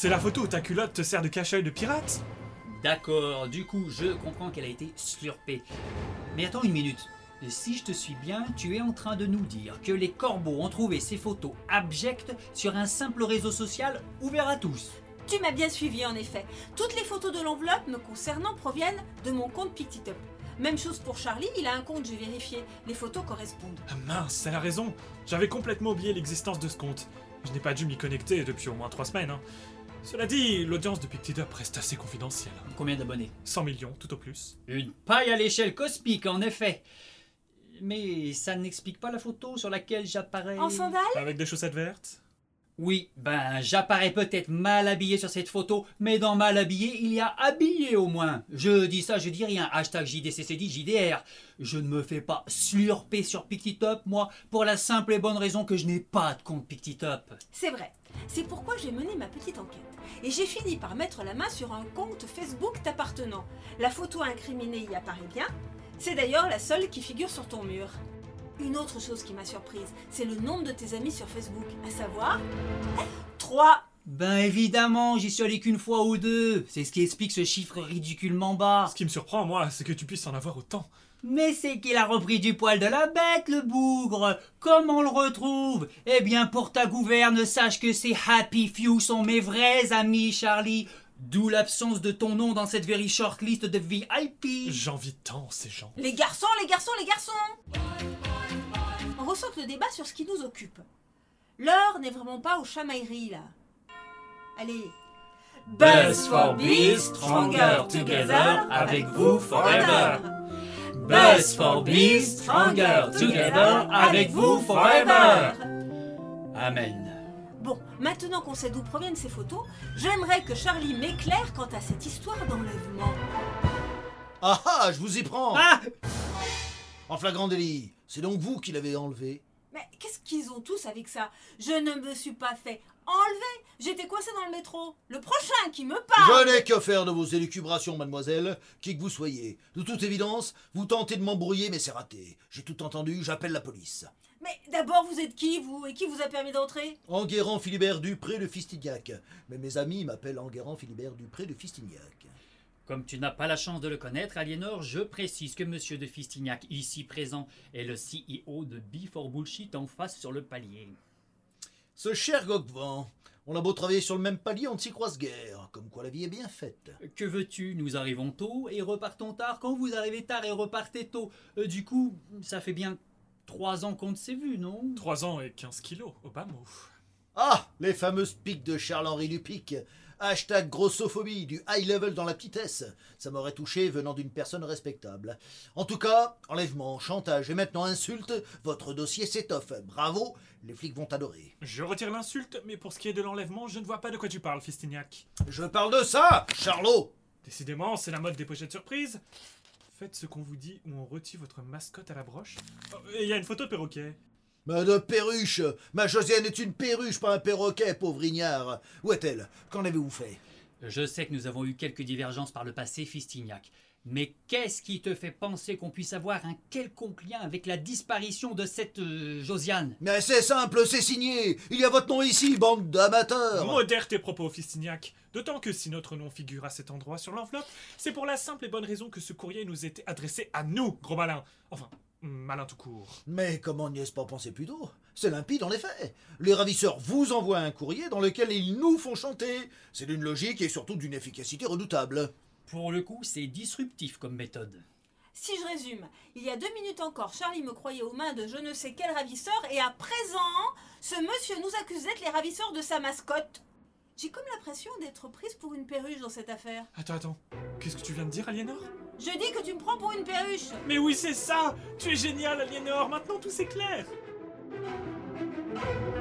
C'est la photo où ta culotte te sert de cache-œil de pirate? D'accord, du coup, je comprends qu'elle a été slurpée. Mais attends une minute. Si je te suis bien, tu es en train de nous dire que les corbeaux ont trouvé ces photos abjectes sur un simple réseau social ouvert à tous. Tu m'as bien suivi en effet. Toutes les photos de l'enveloppe me concernant proviennent de mon compte PictiTup. Même chose pour Charlie, il a un compte, j'ai vérifié. Les photos correspondent. Ah mince, elle a raison. J'avais complètement oublié l'existence de ce compte. Je n'ai pas dû m'y connecter depuis au moins 3 semaines. Hein. Cela dit, l'audience de PictiTup reste assez confidentielle. Combien d'abonnés? 100 millions, tout au plus. Une paille à l'échelle cosmique, en effet. Mais ça n'explique pas la photo sur laquelle j'apparais... En sandales? Avec des chaussettes vertes? Oui, j'apparais peut-être mal habillé sur cette photo, mais dans mal habillé, il y a habillé au moins. Je dis ça, je dis rien. Hashtag JDCCD, JDR. Je ne me fais pas slurper sur PictiTup, moi, pour la simple et bonne raison que je n'ai pas de compte PictiTup. C'est vrai. C'est pourquoi j'ai mené ma petite enquête. Et j'ai fini par mettre la main sur un compte Facebook t'appartenant. La photo incriminée y apparaît bien. C'est d'ailleurs la seule qui figure sur ton mur. Une autre chose qui m'a surprise, c'est le nombre de tes amis sur Facebook, à savoir 3. Ben évidemment, j'y suis allé qu'une fois ou deux. C'est ce qui explique ce chiffre ridiculement bas. Ce qui me surprend, moi, c'est que tu puisses en avoir autant. Mais c'est qu'il a repris du poil de la bête, le bougre. Comment on le retrouve? Eh bien, pour ta gouverne, sache que ces Happy Few sont mes vrais amis, Charlie. D'où l'absence de ton nom dans cette very short list de VIP. J'envie tant ces gens. Les garçons, les garçons, les garçons! On recentre le débat sur ce qui nous occupe. L'heure n'est vraiment pas aux chamailleries, là. Allez. Buzz for Bees, stronger together, avec vous forever. Buzz for Bees, stronger together, avec vous forever. Amen. Bon, maintenant qu'on sait d'où proviennent ces photos, j'aimerais que Charlie m'éclaire quant à cette histoire d'enlèvement. Ah ah, je vous y prends. Ah! En flagrant délit, c'est donc vous qui l'avez enlevé? Mais qu'est-ce qu'ils ont tous avec ça? Je ne me suis pas fait enlever. J'étais coincée dans le métro. Le prochain qui me parle. Je n'ai que faire de vos élucubrations, mademoiselle, qui que vous soyez. De toute évidence, vous tentez de m'embrouiller, mais c'est raté. J'ai tout entendu, j'appelle la police. Mais d'abord, vous êtes qui, vous? Et qui vous a permis d'entrer? Enguerrand Philibert Dupré de Fistignac. Mais mes amis m'appellent Enguerrand Philibert Dupré de Fistignac. Comme tu n'as pas la chance de le connaître, Aliénor, je précise que Monsieur de Fistignac, ici présent, est le CEO de Before Bullshit en face sur le palier. Ce cher Gogvan, on a beau travailler sur le même palier, on ne s'y croise guère. Comme quoi la vie est bien faite. Que veux-tu? Nous arrivons tôt et repartons tard quand vous arrivez tard et repartez tôt. Du coup, ça fait bien 3 ans qu'on ne s'est vu, non? 3 ans et 15 kilos, au bas mot. Ah, les fameuses piques de Charles-Henri Lupic. Hashtag grossophobie, du high level dans la petitesse. Ça m'aurait touché venant d'une personne respectable. En tout cas, enlèvement, chantage et maintenant insulte, votre dossier s'étoffe. Bravo, les flics vont adorer. Je retire l'insulte, mais pour ce qui est de l'enlèvement, je ne vois pas de quoi tu parles, Fistignac. Je parle de ça, Charlot. Décidément, c'est la mode des pochettes surprises. Faites ce qu'on vous dit ou on retire votre mascotte à la broche. Oh, et il y a une photo de perroquet. Mais de perruche. Ma Josiane est une perruche, pas un perroquet, pauvre ignare. Où est-elle? Qu'en avez-vous fait? Je sais que nous avons eu quelques divergences par le passé, Fistignac. Mais qu'est-ce qui te fait penser qu'on puisse avoir un quelconque lien avec la disparition de cette Josiane? Mais c'est simple, c'est signé. Il y a votre nom ici, bande d'amateurs. Modère tes propos, Fistignac. D'autant que si notre nom figure à cet endroit sur l'enveloppe, c'est pour la simple et bonne raison que ce courrier nous était adressé à nous, gros malin. Enfin, malin tout court. Mais comment n'y est-ce pas pensé plus tôt? C'est limpide en effet. Les ravisseurs vous envoient un courrier dans lequel ils nous font chanter. C'est d'une logique et surtout d'une efficacité redoutable. Pour le coup, c'est disruptif comme méthode. Si je résume, il y a 2 minutes encore, Charlie me croyait aux mains de je ne sais quel ravisseur et à présent, ce monsieur nous accuse d'être les ravisseurs de sa mascotte. J'ai comme l'impression d'être prise pour une perruche dans cette affaire. Attends. Qu'est-ce que tu viens de dire, Aliénor? Je dis que tu me prends pour une perruche. Mais oui, c'est ça! Tu es génial, Aliénor! Maintenant, tout s'éclaire!